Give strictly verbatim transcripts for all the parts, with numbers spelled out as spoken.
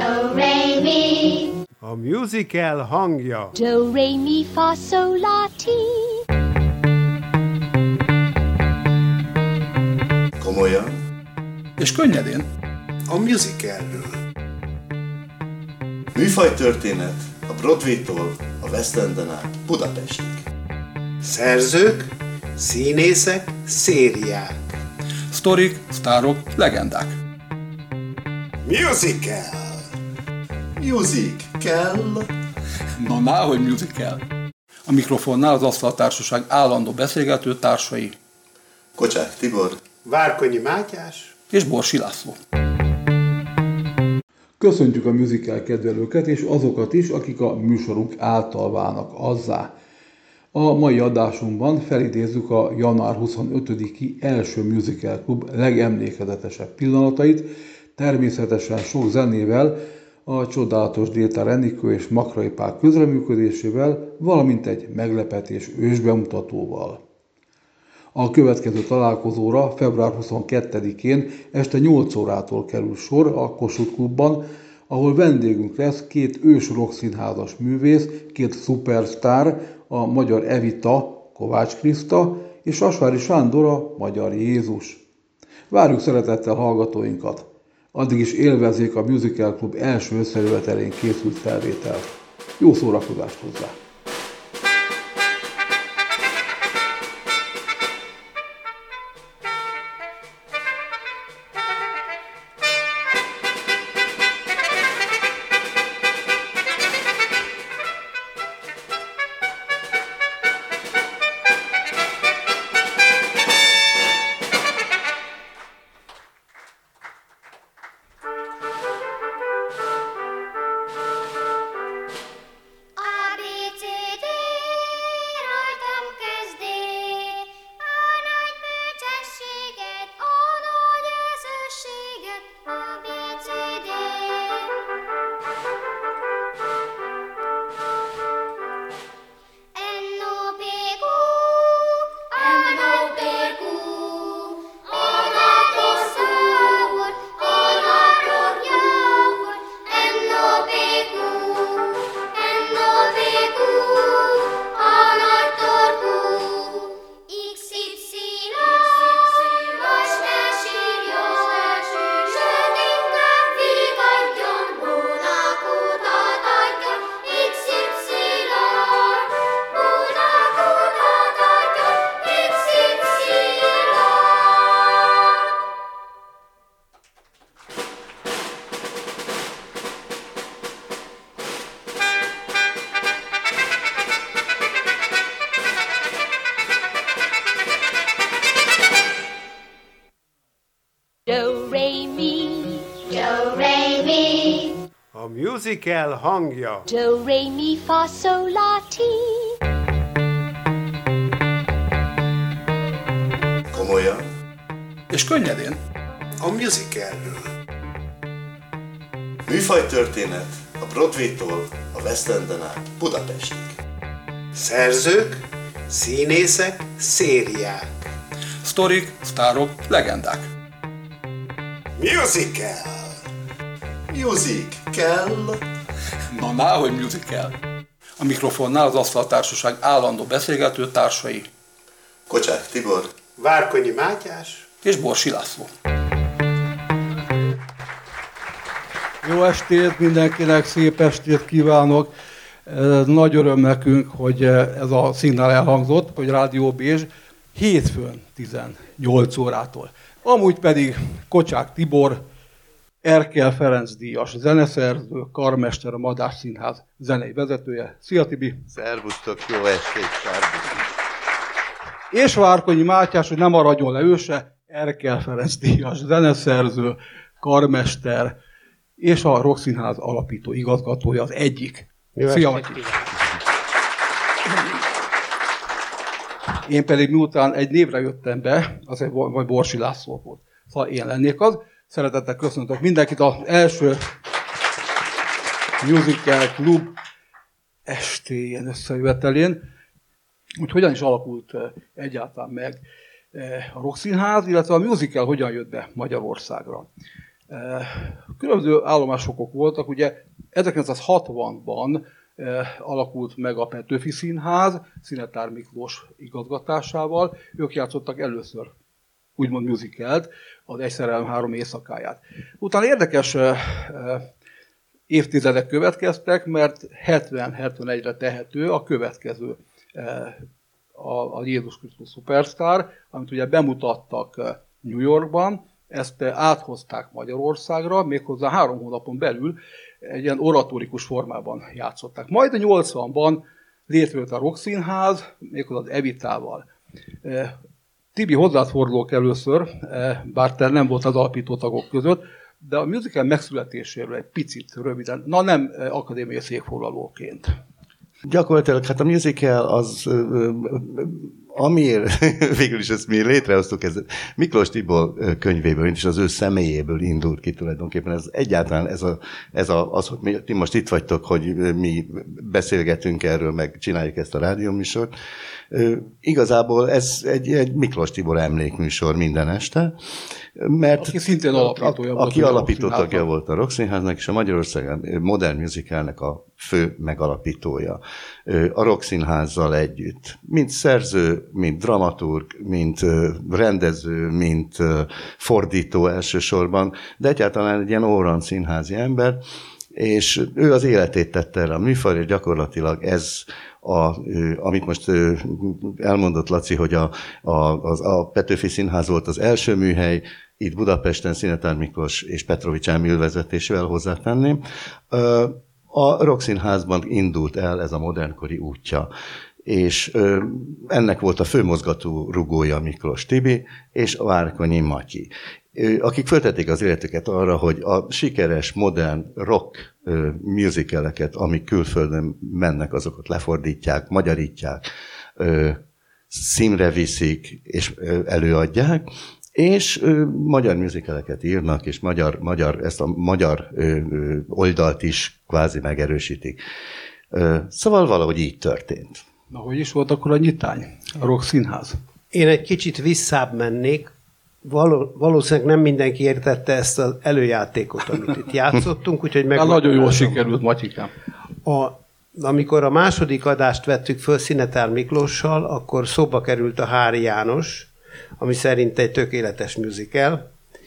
Do, re, mi. A musical hangja. Do, re, mi, fa, sol, la, ti. Komolyan és könnyedén. A musicalről. Műfajtörténet a Broadway-tól a West Enden át Budapestig. Szerzők, színészek, szériák. Sztorik, sztárok, legendák. Musical. Music kell. Na, náhogy musical. A mikrofonnál az Asztaltársaság állandó beszélgető társai. Kocsák Tibor. Várkonyi Mátyás. És Borsi László. Köszöntjük a musical kedvelőket és azokat is, akik a műsorunk által válnak azzá. A mai adásunkban felidézzük a január huszonötödiki első musical klub legemlékezetesebb pillanatait, természetesen sok zenével, a csodálatos Détár Enikő és Makrai Pál közreműködésével, valamint egy meglepetés ősbemutatóval. A következő találkozóra február huszonkettedikén este nyolc órától kerül sor a Kossuth Klubban, ahol vendégünk lesz két ős rockszínházas művész, két szupersztár, a magyar Evita, Kovács Kriszta és Asvári Sándor, a magyar Jézus. Várjuk szeretettel hallgatóinkat! Addig is élvezzék a Musical Klub első összejövetelén készült felvételt. Jó szórakozást hozzá! A musical hangja. Do, re, mi, fa, sol, la, ti. Komolyan És könnyedén. a musicalről. Műfajtörténet a Broadway-tól a West Enden át Budapestig. Szerzők, színészek, szériák. Sztorik, sztárok, legendák. Musical. Music kell. Na, náhogy musical. A mikrofonnál az Asztaltársaság állandó beszélgető társai. Kocsák Tibor. Várkonyi Mátyás. És Borsi László. Jó estét mindenkinek, szép estét kívánok! Nagy öröm nekünk, hogy ez a szignál elhangzott, hogy Rádió Bézs hétfőn tizennyolc órától. Amúgy pedig Kocsák Tibor, Erkel Ferenc díjas zeneszerző, karmester, a Madách Színház zenei vezetője. Szia Tibi! Szervusztok, jó estét, szervusztok! És Várkonyi Mátyás, hogy nem maradjon le ő se, Erkel Ferenc díjas zeneszerző, karmester, és a Rockszínház alapító igazgatója az egyik. Jó Szia, estét. Matyi! Én pedig miután egy névre jöttem be, az egy vagy Borsi László volt. Szóval én lennék az. Szeretettel köszöntök mindenkit az első Musical Klub estéjén összejövetelén. Úgy hogyan is alakult egyáltalán meg a Rockszínház, illetve a musical hogyan jött be Magyarországra. Különböző állomásokok voltak, ugye ezerkilencszázhatvanban eh, alakult meg a Petőfi Színház, Szinetár Miklós igazgatásával, ők játszottak először úgymond musicalt, az Egy szerelem három éjszakáját. Utána érdekes eh, eh, évtizedek következtek, mert hetven-hetvenegyre tehető a következő eh, a, a Jézus Krisztus Superstar, amit ugye bemutattak eh, New Yorkban, ezt eh, áthozták Magyarországra, méghozzá három hónapon belül egy ilyen oratórikus formában játszották. Majd a nyolcvanban létrejött a Rock Színház, méghozzá az Evitával. Eh, Tibi, hozzád fordulok először, eh, bár te nem volt az alapító tagok között, de a musical megszületéséről egy picit röviden, na nem eh, akadémiai székfoglalóként. Gyakorlatilag hát a musical az, amiért végül is ezt mi létrehoztuk, ez Miklós Tibor könyvéből és az ő személyéből indult ki tulajdonképpen. Ez egyáltalán ez, a, ez a, az, hogy mi, ti most itt vagytok, hogy mi beszélgetünk erről, meg csináljuk ezt a rádióműsort. Igazából ez egy, egy Miklós Tibor emlékműsor minden este, mert aki szintén alapítója volt. Aki alapító tagja volt a Rock Színháznak, és a Magyarország modern musicalnek a fő megalapítója. A Rock Színházzal együtt. Mint szerző, mint dramaturg, mint rendező, mint fordító elsősorban, de egyáltalán egy ilyen all-round színházi ember, és ő az életét tette erre a műfajra, és gyakorlatilag ez A, amit most elmondott Laci, hogy a, a, a Petőfi Színház volt az első műhely, itt Budapesten Szinetár Miklós és Petrovics Emil vezetésével hozzátenném. A Rock Színházban indult el ez a modernkori útja, és ennek volt a főmozgató rugója Miklós Tibi és a Várkonyi Matyi, akik föltették az életüket arra, hogy a sikeres, modern rock musicaleket, amik külföldön mennek, azokat lefordítják, magyarítják, színre viszik és előadják, és magyar musicaleket írnak, és magyar, magyar, ezt a magyar oldalt is kvázi megerősítik. Szóval valahogy így történt. Na, hogy is volt akkor a nyitány, a Rock Színház? Én egy kicsit visszább mennék. Való, valószínűleg nem mindenki értette ezt az előjátékot, amit itt játszottunk, úgyhogy meg... Nagyon jól sikerült, Matyikám. A, amikor a második adást vettük föl Szinetár Miklóssal, akkor szóba került a Hári János, ami szerint egy tökéletes musical,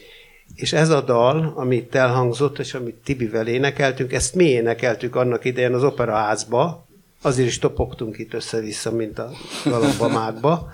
és ez a dal, amit elhangzott, és amit Tibivel énekeltünk, ezt mi énekeltük annak idején az operaházba, azért is topogtunk itt össze-vissza, mint a galombamákba,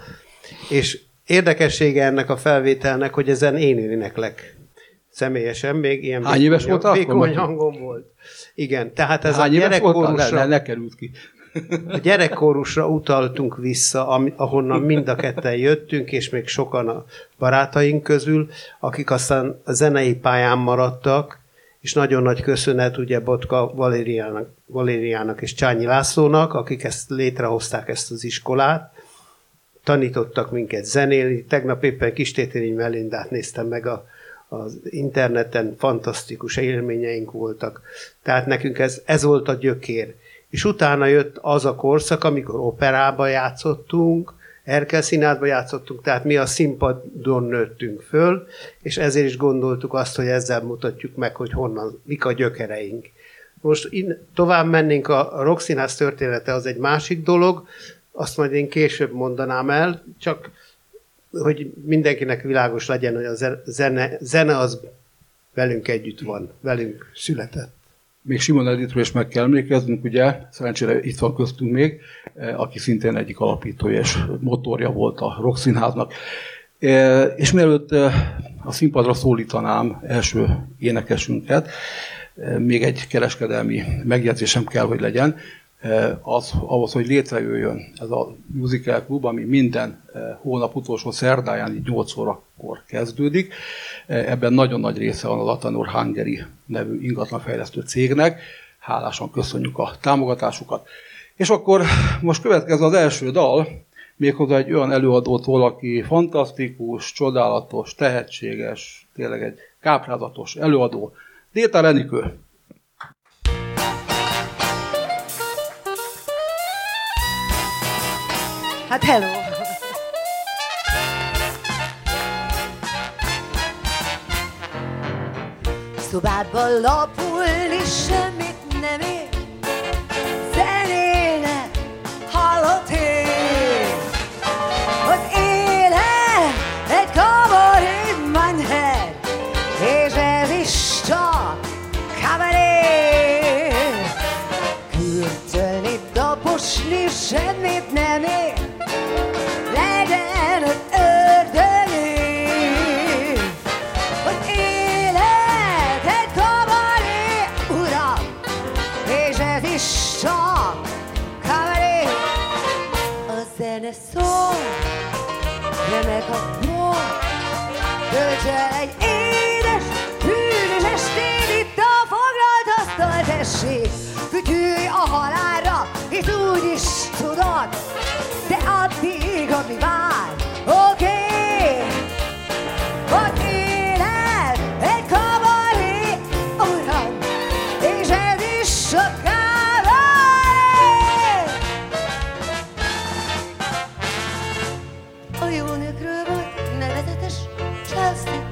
és érdekessége ennek a felvételnek, hogy ezen én éneklek személyesen, még ilyen Hány éves voltál? Vékony hangom volt. Igen, tehát ez Hány a gyerekkórusra... Ne, ne került ki. A gyerekkórusra utaltunk vissza, ahonnan mind a ketten jöttünk, és még sokan a barátaink közül, akik aztán a zenei pályán maradtak, és nagyon nagy köszönet ugye Botka Valériának, Valériának és Csányi Lászlónak, akik ezt létrehozták, ezt az iskolát, tanítottak minket zenélni. Tegnap éppen Kistétény Melindát néztem meg a, az interneten, fantasztikus élményeink voltak. Tehát nekünk ez, ez volt a gyökér. És utána jött az a korszak, amikor operába játszottunk, Erkel Színházba játszottunk, tehát mi a színpadon nőttünk föl, és ezért is gondoltuk azt, hogy ezzel mutatjuk meg, hogy honnan, mik a gyökereink. Most tovább mennénk, a Rock Színház története az egy másik dolog, azt majd én később mondanám el, csak hogy mindenkinek világos legyen, hogy a zene, zene az velünk együtt van, velünk született. Még Simon Editről is meg kell emlékeznünk, ugye, szerencsére itt van köztünk még, aki szintén egyik alapítója és motorja volt a Rock Színháznak. És mielőtt a színpadra szólítanám első énekesünket, még egy kereskedelmi megjegyzésem kell, hogy legyen, az, ahhoz, hogy létrejöjjön ez a musical klub, ami minden hónap utolsó szerdáján, így nyolc órakor kezdődik. Ebben nagyon nagy része van az Atanor Hungary nevű ingatlanfejlesztő cégnek. Hálásan köszönjük a támogatásukat. És akkor most következő az első dal, méghozzá egy olyan előadótól, aki fantasztikus, csodálatos, tehetséges, tényleg egy káprázatos előadó. Détár Enikő. Hát hello! szobádban lapulni semmit nem ér. Zenélne, hallott én, hogy élet egy kabaré Mannheim, és ez is csak kabaré. Kürtölni, daposni semmit nem ér, legyen az ördögé, hogy élet egy kabaré, uram, és ez is csak kabaré. A zene szól, remek a bor, tölts el egy édes, bűnös estét itt a foglalt asztal, tessék, fütyülj a halálra, és úgy is tudod, de addig, ami vár, oké, okay. Hogy élet egy kabaré, uram, és ez is sok kabaré. A jó nőkről volt nevezetes Chelsea,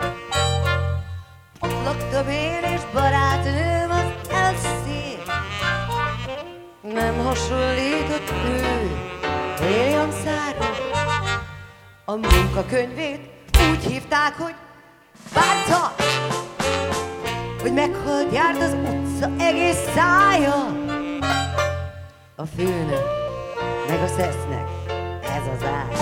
ott laktam én és barátnőm az Elsie. Nem hasonlított ő William Szára. A munkakönyvét úgy hívták, hogy várta, hogy meghalt, járt az utca egész szája. A főnök meg a szesznek ez az áll.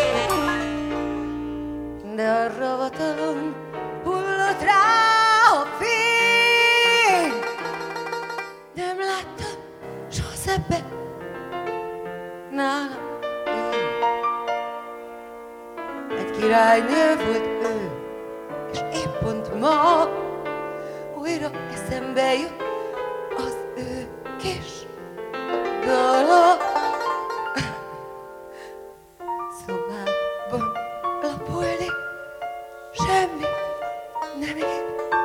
De a ravatalon hullott rá a fény. Nem láttam soha szebbet nálam. Egy királynő volt ő, és épp pont ma újra eszembe jut az ő kis dala. Szobában lapulni semmi nem ér.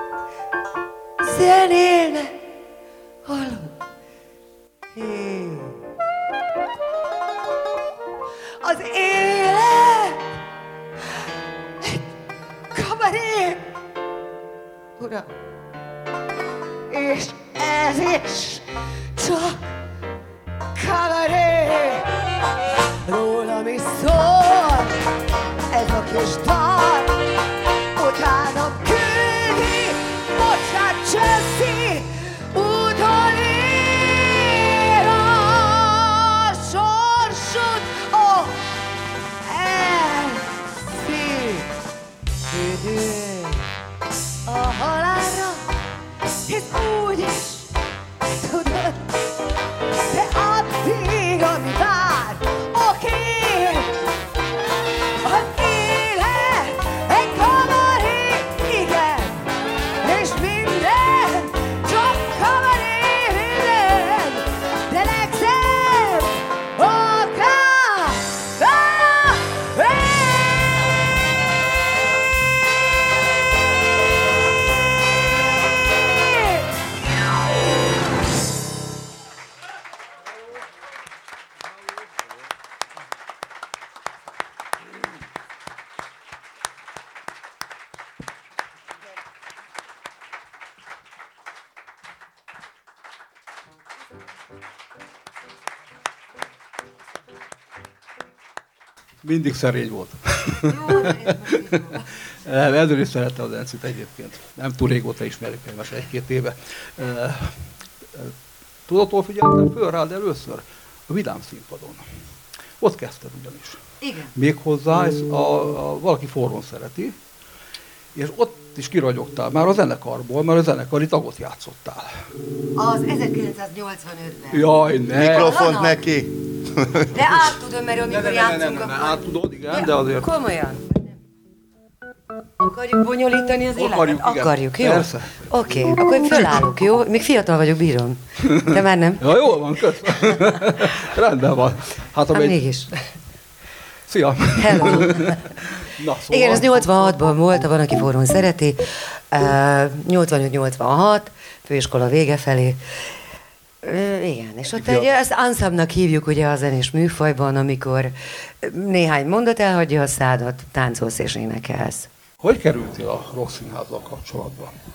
Zenélne, hallod? Hé. Az élet egy kabaré, uram, és ez is csak kabaré. Rólam is szól ez a kis dal, utána küldi, bocsánat, Chelsea, úton ér a sorsod. Oh, Elsie, üdülj a halálra, hisz úgy is tudod, de addig, ami vár, oké, az élet egy kabaré, igen, és minden csak kabaré, minden, de legszebb a kabaré. Mindig szerény volt. Ezzel is szerette az Encit egyébként. Nem túl régóta ismerjük egymást, egy-két éve. Tudattól figyeltem föl rád először a Vidám színpadon. Ott kezdted ugyanis. Igen. Méghozzá ez a, a valaki forrón szereti, és ott is kiragyogtál már a zenekarból, mert a zenekari tagot játszottál. Az ezerkilencszáznyolcvanötben. Jaj, ne! Mikrofont neki! De át tudom, mert amikor Ne, ne, ne, játszunk, ne, ne, ne, akkor... át tudod, igen, Ja, de azért... Komolyan. Akarjuk bonyolítani az életet? Akarjuk, igen. Akarjuk, jó? Persze. Oké, okay, akkor én fölállok, jó? Még fiatal vagyok, bírom. De már nem. Ja, jól van, kösz. Rendben van. Hát, Hát egy... mégis. Szia! Hello. Na, szóval... Igen, ez nyolcvanhatban volt, Van, aki forrón szereti. Uh, nyolcvanöt nyolcvanhat, főiskola vége felé. Uh, igen, és ott egy, ezt ensemble-nak hívjuk ugye a zenés műfajban, amikor néhány mondat elhagyja a szádat, táncolsz és énekelsz. Hogy kerültél a Rock Színházzal kapcsolatba?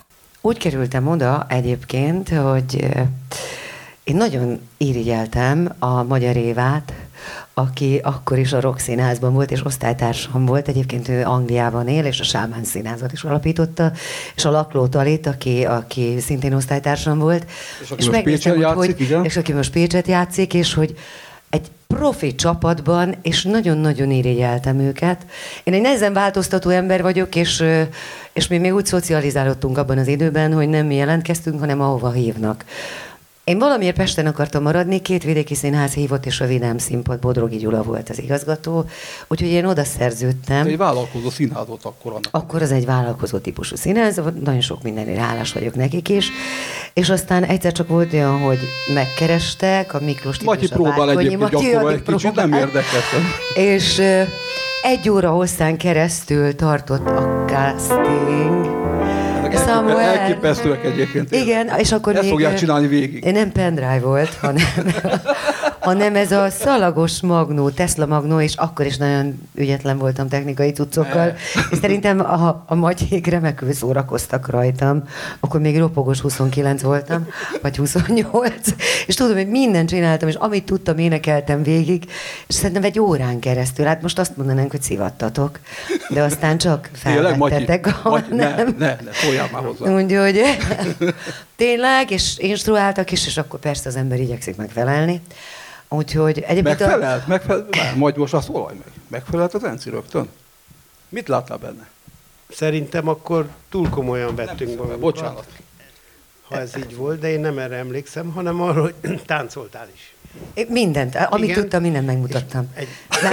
Úgy kerültem oda egyébként, hogy én nagyon irigyeltem a Magyar Évát, aki akkor is a Rock Színházban volt, és osztálytársam volt. Egyébként ő Angliában él, és a Sámán Színházat is alapította, és a Lakló Talit, aki, aki szintén osztálytársam volt. És aki és most Pécset játszik, hogy, igen? És aki most Pécset játszik, és hogy egy profi csapatban, és nagyon-nagyon irigyeltem őket. Én egy nehezen változtató ember vagyok, és, és mi még úgy szocializálódtunk abban az időben, hogy nem mi jelentkeztünk, hanem ahova hívnak. Én valamiért Pesten akartam maradni, két vidéki színház hívott, és a Vidám Színpad, Bodrogi Gyula volt az igazgató, úgyhogy én oda szerződtem. Egy vállalkozó színház volt akkor annak. Akkor az egy vállalkozó típusú színház, nagyon sok mindenért hálás vagyok nekik is. És aztán egyszer csak volt olyan, hogy megkerestek, a Miklós típus, Matyi próbál egyébként gyakorol egy kicsit, nem érdekeltem. És uh, egy óra hosszán keresztül tartott a casting. Samuel. Elképesztőek egyébként. Igen, és akkor ezt még... fogják csinálni végig. Nem pendrive volt, hanem, hanem ez a szalagos magnó, Tesla magnó, és akkor is nagyon ügyetlen voltam technikai cuccokkal. És szerintem a, a Matyék remekül szórakoztak rajtam. Akkor még ropogos huszonkilenc voltam, vagy huszonnyolc. És tudom, hogy mindent csináltam, és amit tudtam, énekeltem végig. És szerintem egy órán keresztül. Hát most azt mondanánk, hogy szivattatok. De aztán csak felvettetek. Ne, ne, ne, szóljál már hozzá. Úgyhogy tényleg, és instruáltak is, és akkor persze az ember igyekszik megfelelni. Úgyhogy egyébként... Megfelelt? A... Megfelelt? Majd most azt olaj meg. Megfelelt az Enci rögtön? Mit láttál benne? Szerintem akkor túl komolyan vettünk magunkat. Bocsánat. Ha ez így volt, de én nem erre emlékszem, hanem arra, hogy táncoltál is. Én mindent, amit igen? Tudtam, mindent megmutattam. Egy,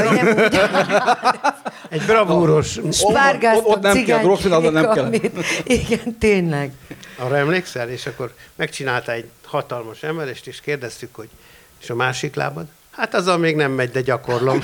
egy bravúros... Spárgáztam, ott nem kell, rossz nem kell. Igen, tényleg. Arra emlékszel? És akkor megcsináltál egy hatalmas emelést, és kérdeztük, hogy és a másik lábad? Hát azzal még nem megy, de gyakorlom.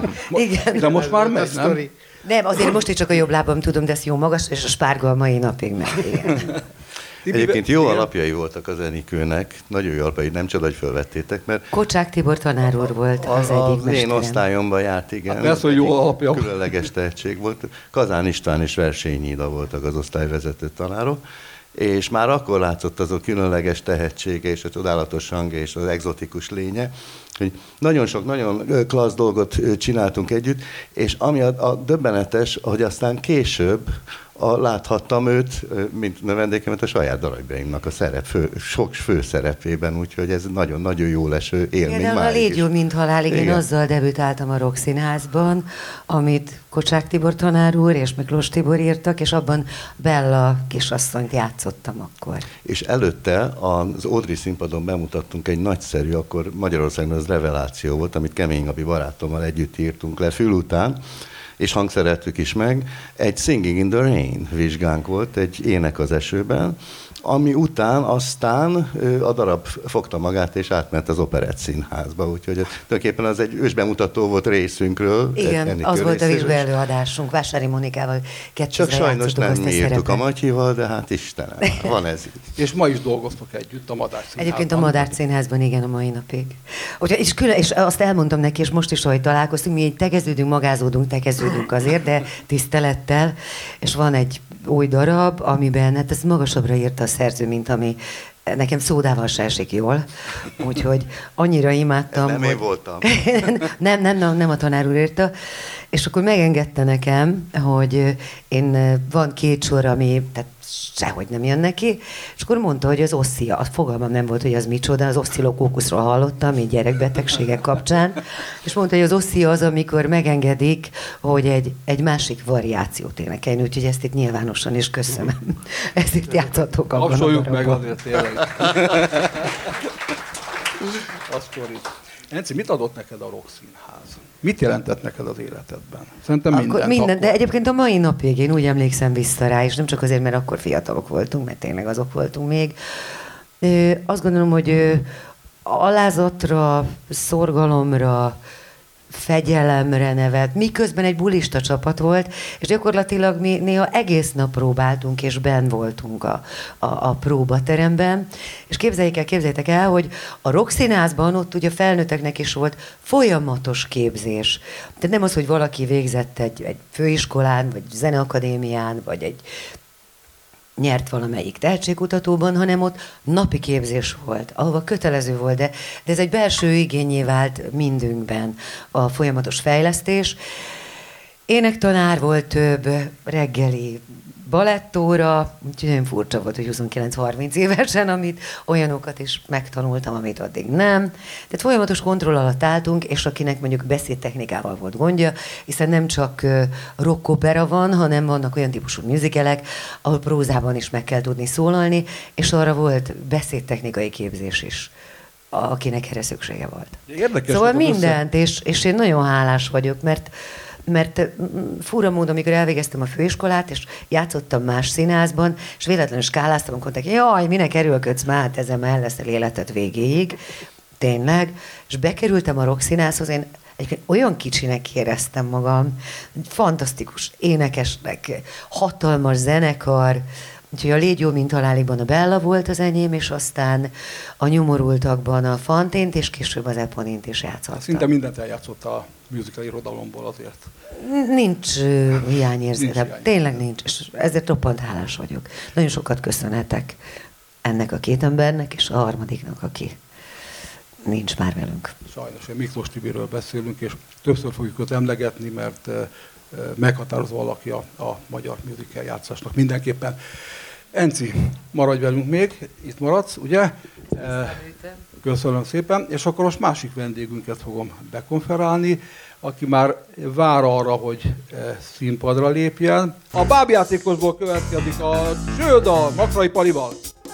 Igen. De most már megy, nem? Nem, azért most is csak a jobb lábam tudom, de ez jó magas, és a spárga a mai napig megy. Igen. Egyébként jó alapjai voltak az Enikőnek, nagyon jó alapjai, nem csoda, hogy fölvettétek, mert... Kocsák Tibor tanár úr volt az, az egyik mesterem. Az én osztályomban járt, igen. Hát persze, hogy jó alapja. Különleges tehetség volt. Kazán István és Versényi Ida voltak az osztályvezető tanárok, és már akkor látszott az a különleges tehetsége, és a csodálatos hangja, és az egzotikus lénye, hogy nagyon sok, nagyon klassz dolgot csináltunk együtt, és ami a, a döbbenetes, hogy aztán később a, láthattam őt, mint növendékemet a saját darabjaimnak a szerep, fő, sok főszerepében, úgyhogy ez nagyon-nagyon jó leső élmény. Igen, a Légy jó, mint halálig, én azzal debütáltam a Rock Színházban, amit Kocsák Tibor tanár úr és Miklós Tibor írtak, és abban Bella kisasszonyt játszottam akkor. És előtte az Audrey színpadon bemutattunk egy nagyszerű, akkor Magyarországon az reveláció volt, amit Kemény Gabi barátommal együtt írtunk le fül után, és hangszereltük is meg. Egy Singing in the Rain vizsgánk volt, egy ének az esőben, ami után aztán a darab fogta magát, és átment az Operett Színházba, úgyhogy tulajdonképpen az egy ősbemutató volt részünkről. Igen, az volt a vizsgaelőadásunk, Vásári Monikával kettőzre. Csak sajnos nem mi írtuk a Matyival, de hát Istenem, van ez így. És ma is dolgoztok együtt a Madách Színházban. Egyébként a Madách Színházban, igen, a mai napig. Úgyhogy, és, külön, és azt elmondtam neki, és most is, ahogy találkoztunk, mi így tegeződünk, magázódunk, tegeződünk azért, de tisztelettel, és van egy új darab, amiben, hát ezt magasabbra írta a szerző, mint ami nekem szódával se esik jól, úgyhogy annyira imádtam. Nem hogy... én voltam. nem, nem, nem, nem a tanár úr írta. És akkor megengedte nekem, hogy én van két sor, ami tehát sehogy nem jön neki, és akkor mondta, hogy az oszcia, a fogalmam nem volt, hogy az micsoda, az oszcillokókuszról hallottam, így gyerekbetegségek kapcsán, és mondta, hogy az oszcia az, amikor megengedik, hogy egy, egy másik variációt énekelni, úgyhogy ezt itt nyilvánosan is köszönöm. Ezért játszhatok abban a darabban. Meg azért tényleg. Enci, mit adott neked a Rock Színház? Mit jelentett neked az életedben? Szerintem mindent. Minden, de egyébként a mai napig én úgy emlékszem vissza rá, és nem csak azért, mert akkor fiatalok voltunk, mert tényleg azok voltunk még. Ö, azt gondolom, hogy ö, alázatra, szorgalomra, fegyelemre nevet, miközben egy bulista csapat volt, és gyakorlatilag mi néha egész nap próbáltunk, és benn voltunk a, a, a próbateremben, és képzeljék el, képzeljétek el, hogy a Rock Színházban ott ugye felnőtteknek is volt folyamatos képzés. Tehát nem az, hogy valaki végzett egy, egy főiskolán, vagy zeneakadémián, vagy egy nyert valamelyik tehetségkutatóban, hanem ott napi képzés volt, ahova kötelező volt, de, de ez egy belső igényé vált mindünkben a folyamatos fejlesztés. Énektanár volt több, reggeli balettóra, úgyhogy nagyon furcsa volt, hogy huszonkilenc-harminc évesen, amit olyanokat is megtanultam, amit addig nem. Tehát folyamatos kontroll alatt álltunk, és akinek mondjuk beszédtechnikával volt gondja, hiszen nem csak rock opera van, hanem vannak olyan típusú musicalek, ahol prózában is meg kell tudni szólalni, és arra volt beszédtechnikai képzés is, akinek erre szüksége volt. Érdekes szóval volt mindent, és, és én nagyon hálás vagyok, mert mert fura módon, amikor elvégeztem a főiskolát, és játszottam más színházban, és véletlenül skáláztam, akkor mondták, jaj, minek erőlködsz már, hát ezen el leszel életed végéig. Tényleg. És bekerültem a rockszínházhoz, én egyébként olyan kicsinek éreztem magam, fantasztikus énekesnek, hatalmas zenekar, úgyhogy a Légy jó, mint haláliban a Bella volt az enyém, és aztán a Nyomorultakban a Fantént, és később az Eponint is játszottam. Szinte mindent eljátszott a musical irodalomból azért. Nincs uh, hiányérzete, Nincs hiány. Tényleg nincs, és ezért roppant hálás vagyok. Nagyon sokat köszönhetek ennek a két embernek, és a harmadiknak, aki nincs már velünk. Sajnos, én Miklós Tibiről beszélünk, és többször fogjuk őt emlegetni, mert uh, meghatározó alakja a magyar musical játszásnak mindenképpen. Enci, maradj velünk még, itt maradsz, ugye? Köszönöm szépen, és akkor most másik vendégünket fogom bekonferálni, aki már vár arra, hogy színpadra lépjen. A bábjátékosból következik a Csődal, Makrai Palival.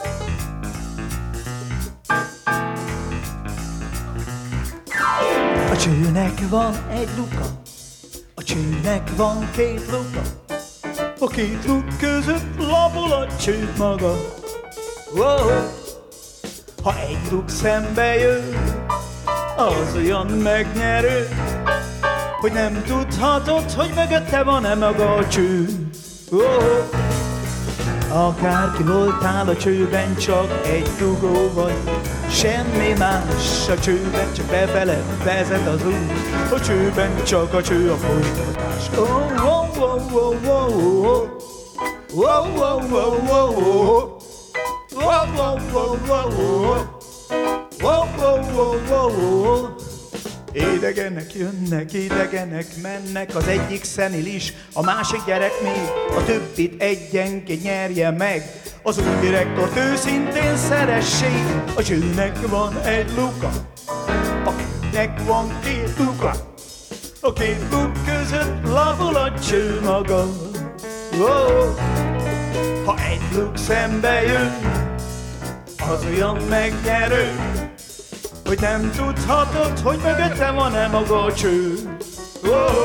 A csőnek van egy luka, a csőnek van két luka, a két luk között labol a cső maga. Wow. Ha egy luk szembe jön, az olyan megnyerő, hogy nem tudhatod, hogy mögötte van-e maga a cső. Wow. Akárki voltál a csőben, csak egy dugó vagy, semmi más a csőben, csak befele vezet az út. A csőben csak a cső a folytatás. Oh, oh, oh, oh, oh, oh. Oh, oh, oh, oh, oh. Oh, oh, oh, oh, oh. Oh, oh, oh, oh, oh. Idegenek jönnek, idegenek mennek, az egyik szenilis, a másik gyerek még, a többit egyenként nyerje meg. Az új direktort őszintén szeressék, a csőnek van egy luka, a kétnek van két luka, a két luk között labol a cső maga. Oh, ha egy luk szembe jön, az olyan megnyerő, hogy nem tudhatod, hogy mögötte van-e maga a cső. Oh,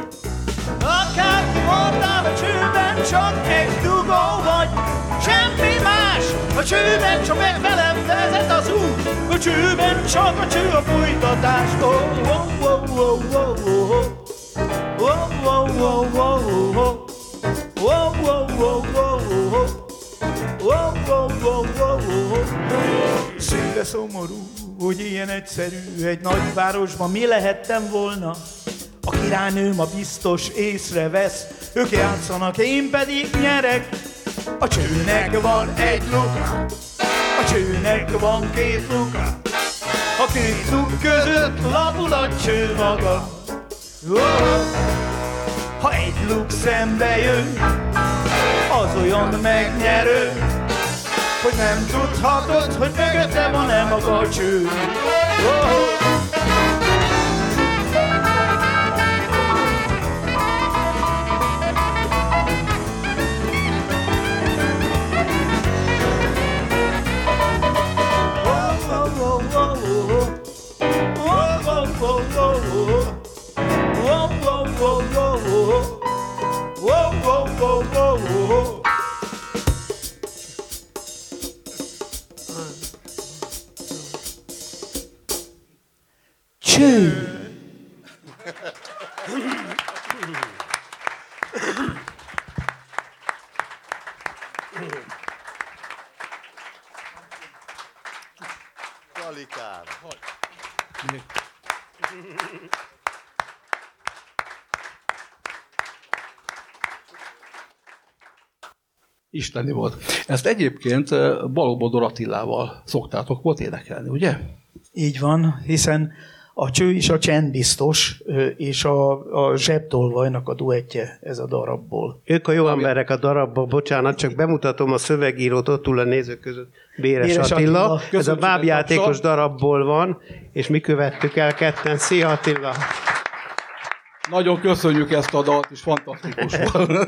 akárki voltál a csőben, csak egy dugó vagy, semmi más. A csőben csak velem vezet az út, a csőben csak a cső a folytatás. Oh, oh, oh, oh, oh, oh. Oh, oh, oh, oh, oh. Oh, oh, oh, oh, oh. Oh, oh, oh, oh, oh. Szinte szomorú, hogy ilyen egyszerű egy nagyvárosban mi lehettem volna. A királynő ma biztos észrevesz, ők játszanak, én pedig nyerek. A csőnek van egy luka, a csőnek van két luka, a két luk között labul a cső maga. Oh, ha egy luk szembe jön, az olyan megnyerő, hogy nem tudhatod, hogy mögötte van-e maga a cső. Oh, cső. Valikám. Isteni volt. Ezt egyébként Balogh Attilával szoktátok volt énekelni, ugye? Így van, hiszen a Cső is a csendbiztos, és a, a zsebtolvajnak a duettje ez a darabból. Ők a jó emberek a darabban, bocsánat, csak bemutatom a szövegírót ott túl a nézők között. Béres, Béres Attila. Attila. Ez a bábjátékos darabból van, és mi követtük el ketten. Szia Attila! Nagyon köszönjük ezt a dalt, és fantasztikus volt.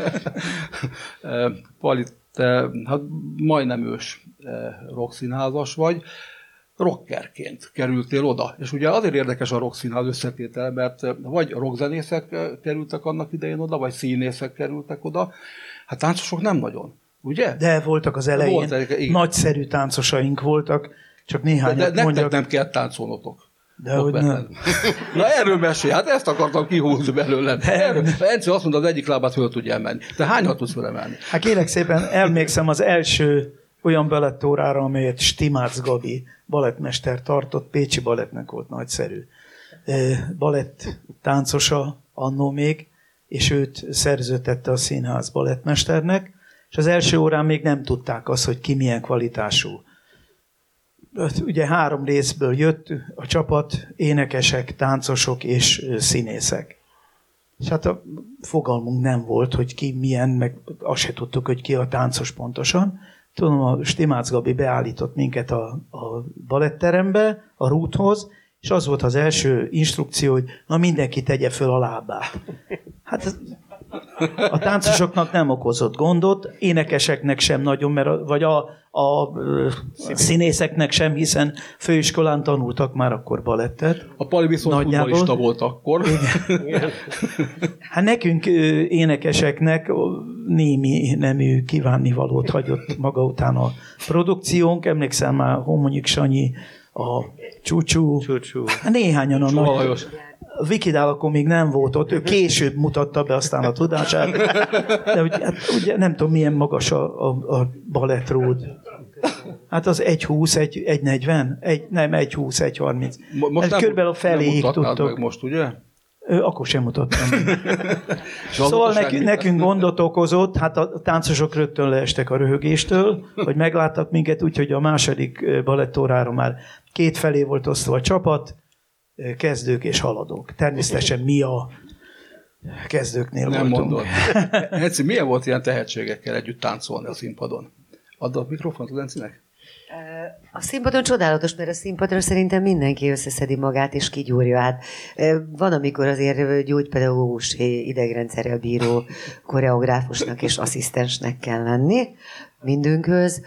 Pali, te hát majdnem ős rockszínházas vagy. Rockerként kerültél oda. És ugye azért érdekes a rockszínház összetétele, mert vagy rockzenészek kerültek annak idején oda, vagy színészek kerültek oda. Hát táncosok nem nagyon, ugye? De voltak az elején. Volt, nagyszerű táncosaink voltak, csak néhányat de, de mondjak. nem kell táncolnotok. De hogy nem. Na erről mesélj, hát ezt akartam kihúzni belőlem. Ence azt mondta, az egyik lábát föl tudja emelni. Te hányat tudsz fölemelni? Hát kérlek szépen, emlékszem az első olyan balettórára, amelyet Stimácz Gabi balettmester tartott, pécsi balettnek volt nagyszerű. Balett táncosa annó még, és őt szerződtette a színház balettmesternek, és az első órán még nem tudták azt, hogy ki milyen kvalitású. Ugye három részből jött a csapat, énekesek, táncosok és színészek. És hát a fogalmunk nem volt, hogy ki milyen, meg azt se tudtuk, hogy ki a táncos pontosan. Tudom, a Stimácz Gabi beállított minket a, a baletterembe, a rúthoz, és az volt az első instrukció, hogy na mindenki tegye föl a lábát. Hát a táncosoknak nem okozott gondot, énekeseknek sem nagyon, mert a, vagy a, a, a színészeknek sem, hiszen főiskolán tanultak már akkor balettet. A Pali viszont futballista volt akkor. Igen. Hát nekünk énekeseknek némi nemű kívánnivalót hagyott maga után a produkciónk. Emlékszem már Homonyik Sanyi, a Csúcsú, Csúcsú. Néhányan a nagy... Vikidál akkor még nem volt ott, ő később mutatta be aztán a tudását, de ugye, hát, ugye nem tudom milyen magas a, a, a balettrúd. Hát az egy húsz, egy negyven, egy, nem egy húsz, egy harminc. Most nem, körülbelül a feléig tudtok. Meg most, ugye? Ő, akkor sem mutattam. Szóval nekünk, nekünk gondot okozott, hát a táncosok rögtön leestek a röhögéstől, hogy megláttak minket, úgyhogy a második balettórára már két felé volt osztva a csapat, kezdők és haladók. Természetesen mi a kezdőknél nem voltunk. Mondod. Enci, milyen volt ilyen tehetségekkel együtt táncolni a színpadon? Add a mikrofont az Encinek? A színpadon csodálatos, mert a színpadon szerintem mindenki összeszedi magát és kigyúrja át. Van, amikor azért gyógypedagógus, idegrendszerrel bíró koreográfusnak és asszisztensnek kell lenni mindünkhöz.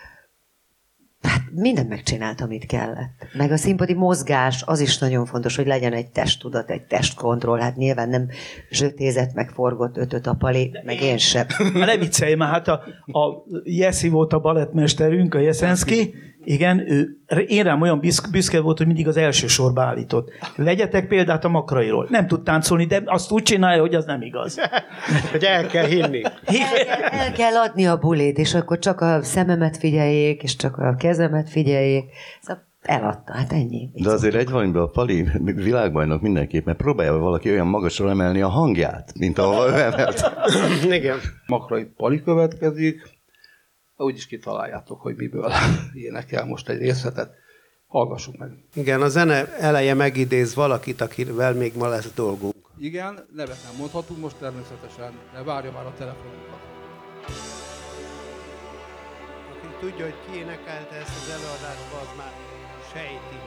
Hát mindent megcsinált, amit kellett. Meg a színpadi mozgás, az is nagyon fontos, hogy legyen egy testtudat, egy testkontroll. Hát nyilván nem zsötézett, meg forgott ötöt a Pali, meg én sem. Hát ne viccelj már, hát a, a Jeszi volt a balettmesterünk, a Jeszenszki, igen, ő, én rám olyan büszke volt, hogy mindig az első sorba állított. Legyetek példát a Makrairól. Nem tud táncolni, de azt úgy csinálja, hogy az nem igaz. Hogy el kell hinni. El, el kell adni a bulét, és akkor csak a szememet figyeljék, és csak a kezemet figyeljék. Szóval eladta, hát ennyi. De azért egy valamiben a Pali világbajnok mindenképp, mert próbálja valaki olyan magasra emelni a hangját, mint ahol ő emelt. Igen. Makrai Pali következik. Úgyis kitaláljátok, hogy miből énekel most egy részletet. Hallgassuk meg. Igen, a zene eleje megidéz valakit, akivel még ma lesz dolgunk. Igen, nevet nem mondhatunk most természetesen, de várja már a telefonunkat. Aki tudja, hogy ki énekelte ezt az előadásba, az már sejti.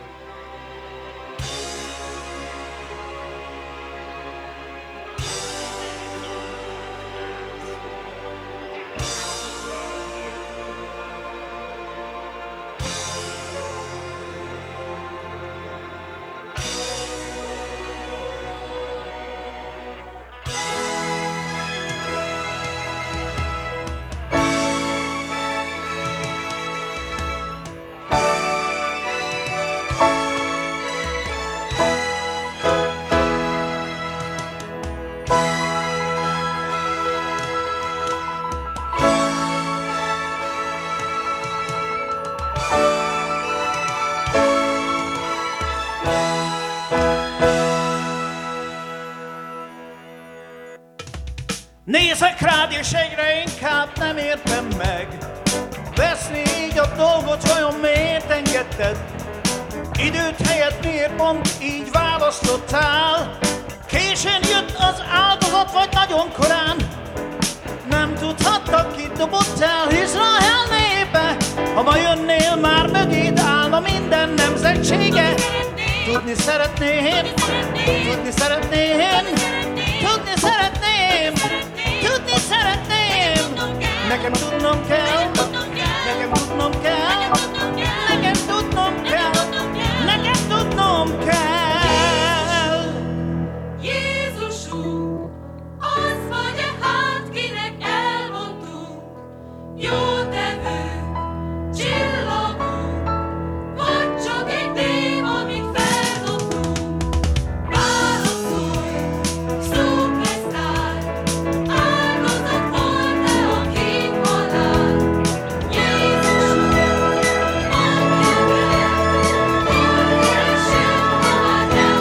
rád, és egyre inkább nem értem meg. Veszni így a dolgot, vajon miért engedted? Időt helyett miért pont így választottál? Későn jött az áldozat, vagy nagyon korán? Nem tudhattak, kit dobottál Izrael népe. Ha ma jönnél, már mögéd állna minden nemzetsége. Tudni szeretném, tudni szeretném, tudni szeretném, tudni szeretném. Nekem tudnom kell, nekem tudnom kell, nekem tudnom kell, nekem tudnom kell. Jézusunk, az vagy-e hát, kinek elmondtuk, jó tevő, csillagunk, vagy csak egy név, amit feldobtunk. Válaszolj, szupersztár, áldozat volt-e a kék halál? Jézusunk, mondja el, hogy sem már nem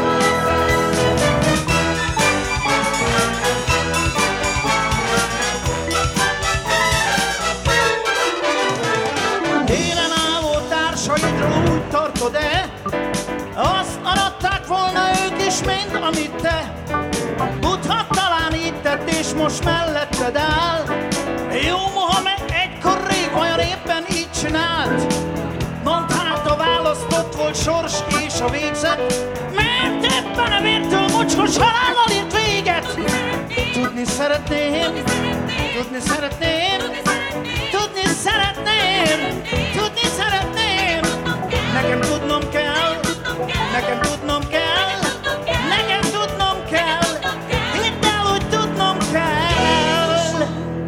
Élen álló társaidról úgy tartod-e? Azt aratták volna ők is, mint amit te. Buddha talán így tett, és most melletted áll. Jó Mohamed egykor rég olyan éppen így csinált. Mondd hát, a választott volt sors és a végzet, mert ebben a vértől mocskos halállal ért véget. Tudni szeretném, tudni szeretném, tudni szeretném, tudni szeretném. Nekem tudnom kell, nekem tudnom kell, nekem tudnom kell. Hidd el, hogy tudnom kell.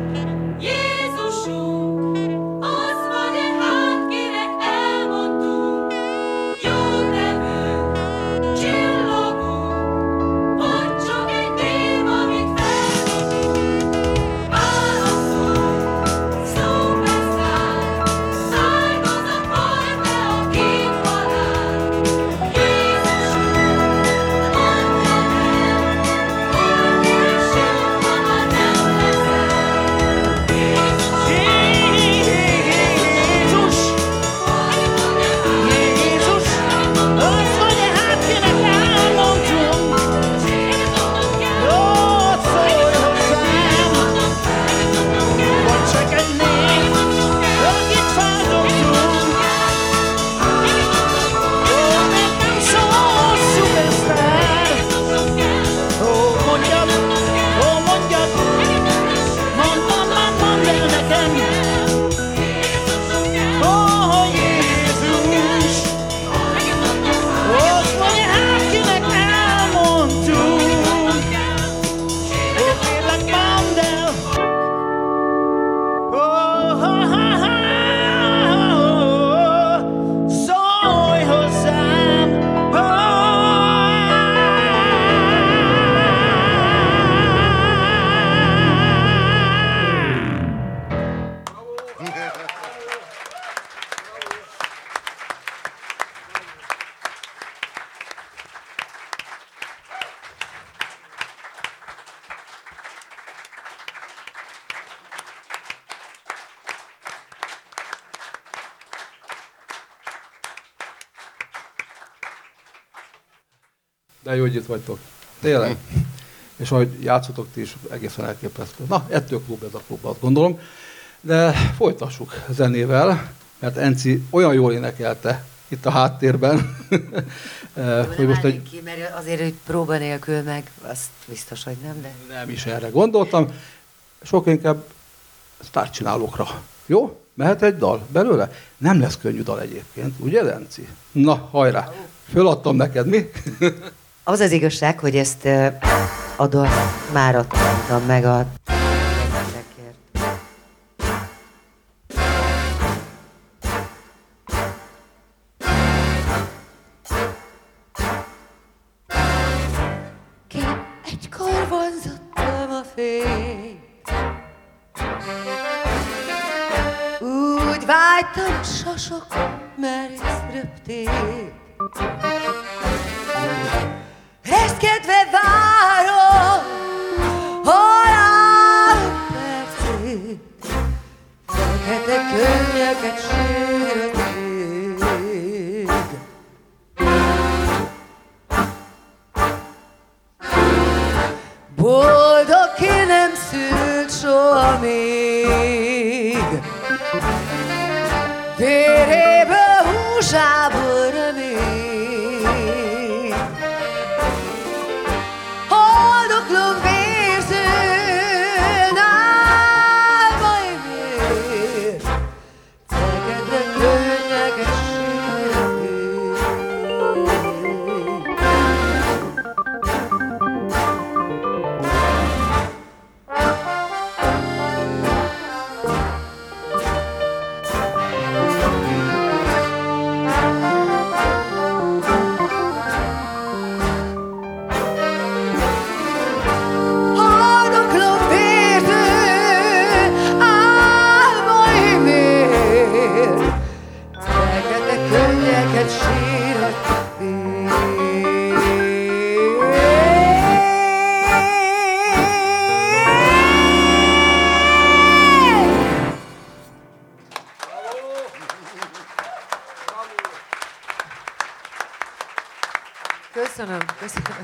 Jézusunk, az vagy-e hát, kinek elmondtuk, jó tevő, csillagunk, vagy csak egy név, amit feldobtunk. Válaszolj, szupersztár, áldozat volt-e a kék halál? Jézusunk, mondja el, hogy keresünk, ha már nem leszel. Jézus, Jézus, az vagy-e hát, kinek elmondtunk? Ó, szólj hozzám, vagy csak egy név, akit feldobtunk. Ó, nekem szól, szupersztár. Ó, mondjad, ó, mondjad, mondd, mondd, mondd, mondd el nekem. Ó, Jézus, az vagy-e hát, kinek elmondtunk. Ó, kérlek, mondd el. Ó, ha, ha, ha, szólj hozzám. De jó, hogy itt vagytok. Tényleg. És ahogy játszotok ti is, egészen elképesztő. Na, ettől klub ez a klub, azt gondolom. De folytassuk zenével, mert Enci olyan jól énekelte itt a háttérben. Hogy most egy... ki, mert azért, hogy próba nélkül meg, azt biztos, hogy nem, de... Nem is erre gondoltam. Sok inkább sztárcsinálókra. Jó? Mehet egy dal belőle? Nem lesz könnyű dal egyébként, ugye, Enci? Na, hajrá! Föladtam neked, mi? Az az igazság, hogy ezt uh, a dalt már adtam meg a jegyzetekért. Kép egykor vonzottam a fény, úgy vágytam sosok merész röpték. Reszkedve várom halálom percét. fekete könnyeket sírt ég. Boldog, ki nem szült soha még, véréből, húsából remény. Haldoklom vérzőn álmaim ér, fekete könnyeket sírt ég. Haldoklom vérzőn álmaim ér, fekete könnyeket sírt Köszönöm, köszönöm.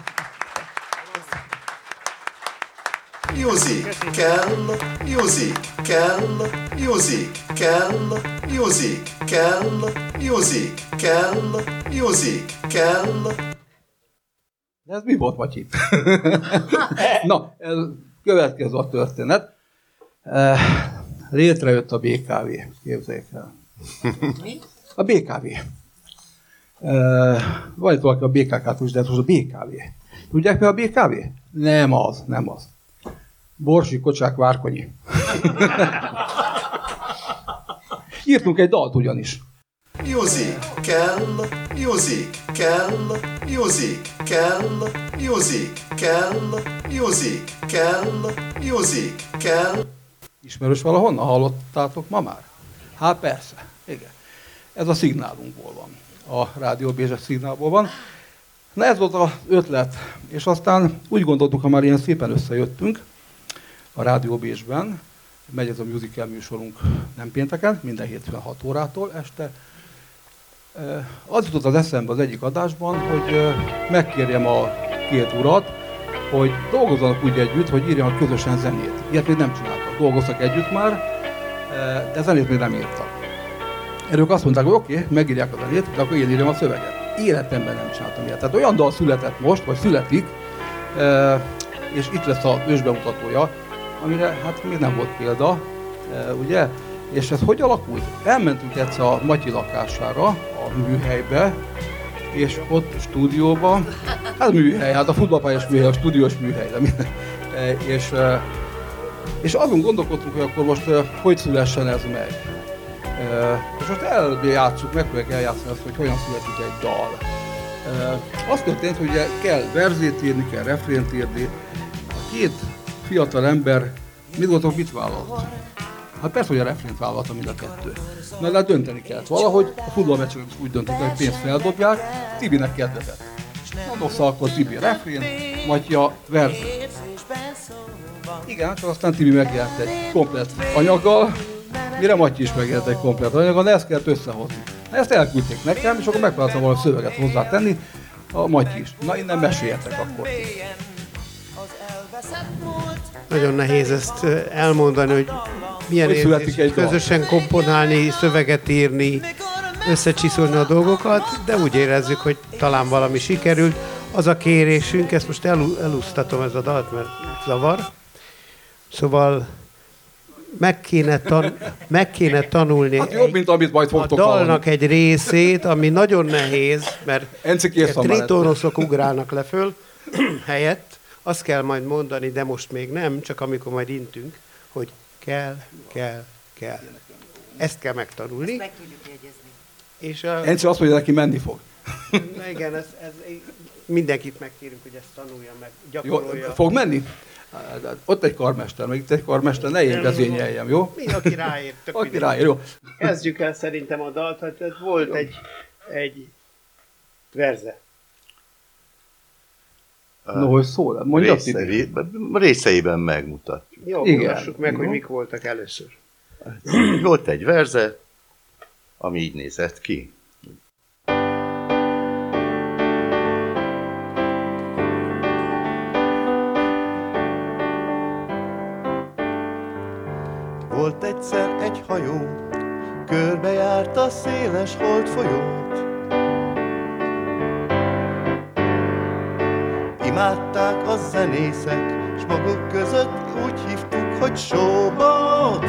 Music kell, music kell, music kell, music kell, music kell, music kell. De ez mi volt, Matyi? Na, ez következő a történet. Eh, Létrejött a bé ká vé, képzeljék el. Mi? A bé ká vé. Uh, van itt valaki a bé ká ká-t is, de ez most a bé ká vé. Tudják mi a bé ká vé? Nem az, nem az. Borsi, Kocsák, Várkonyi. Írtunk egy dalt ugyanis. Music kell, music kell, music kell, music kell, music kell, music kell. Ismerős valahonnan? Hallottátok ma már? Hát persze, igen. Ez a szignálunkból van. A Rádió Bézses szignálból van. Na ez volt az ötlet, és aztán úgy gondoltuk, ha már ilyen szépen összejöttünk a Rádió Bécsben, megy ez a musical műsorunk nem pénteken, minden hétfőn hat órától este. Az jutott az eszembe az egyik adásban, hogy megkérjem a két urat, hogy dolgozzanak úgy együtt, hogy írjanak közösen zenét. Ilyet még nem csináltak. Dolgoztak együtt már, de zenét még nem írtak. Erők azt mondták, hogy oké, okay, megírják a zenét, de akkor én írjam a szöveget. Életemben nem csináltam ilyet. Tehát olyan dal született most, vagy születik, és itt lesz az ősbemutatója, amire hát még nem volt példa, ugye? És ez hogy alakult? Elmentünk egyszer a Matyi lakására, a műhelybe, és ott a stúdióban, hát műhely, hát a futballpályás műhely, a stúdiós műhely, de minden. És, és azon gondolkodtunk, hogy akkor most hogy szülessen ez meg. És most eljátszuk, megpróbáljuk eljátszani azt, hogy hogyan születik egy dal. Az történt, hogy ugye kell verzét írni, kell refrént írni. A két fiatal ember, mit gondoltok, mit vállalt? Hát persze, hogy a refrént vállalta mind a kettő. Na, de dönteni kellett valahogy. A futballmeccseken úgy döntöttek, hogy pénzt feldobják. Tibinek kedvezett. Na, dossza akkor Tibi refrén, Matya verzét. Igen, csak aztán Tibi megjelent egy komplett anyaggal, mire Matyi is megjelent egy komplett anyaggal, de ezt kellett összehozni. Na, ezt elküldték nekem, és akkor megpróbáltam valami szöveget hozzátenni, a Matyi is. Na, innen meséljetek akkor. Nagyon nehéz ezt elmondani, hogy milyen hogy érzés egy közösen dal. Komponálni, szöveget írni, összecsiszolni a dolgokat, de úgy érezzük, hogy talán valami sikerült. Az a kérésünk, ezt most el, elúsztatom ez a dalt, mert zavar. Szóval meg kéne, tan, meg kéne tanulni hát jobb, egy, mint amit majd fogtok a dalnak hallani. egy részét, ami nagyon nehéz, mert tritónoszok ugrálnak le föl helyett. Azt kell majd mondani, de most még nem, csak amikor majd intünk, hogy kell, kell, kell. Ezt kell megtanulni. Ezt meg tudjuk jegyezni. És a... Enci azt mondja, neki menni fog. Na igen, ez, ez, mindenkit megkérünk, hogy ezt tanulja meg, gyakorolja. Jó, fog menni? Ott egy karmester, meg itt egy karmester, ne én vezényeljem, jó? Mi, aki ráér. Aki ráér, jó. Kezdjük el szerintem a dalt, hogy volt egy, egy verze. No, hogy szól? Mondja, Részei, részeiben megmutatjuk. Jó, igen, mutassuk meg, jó. hogy mik voltak először. Volt egy verze, ami így nézett ki. Volt egyszer egy hajó, körbejárta a széles holdfolyót. Imádták a zenészek, s maguk között úgy hívtuk, hogy showboat.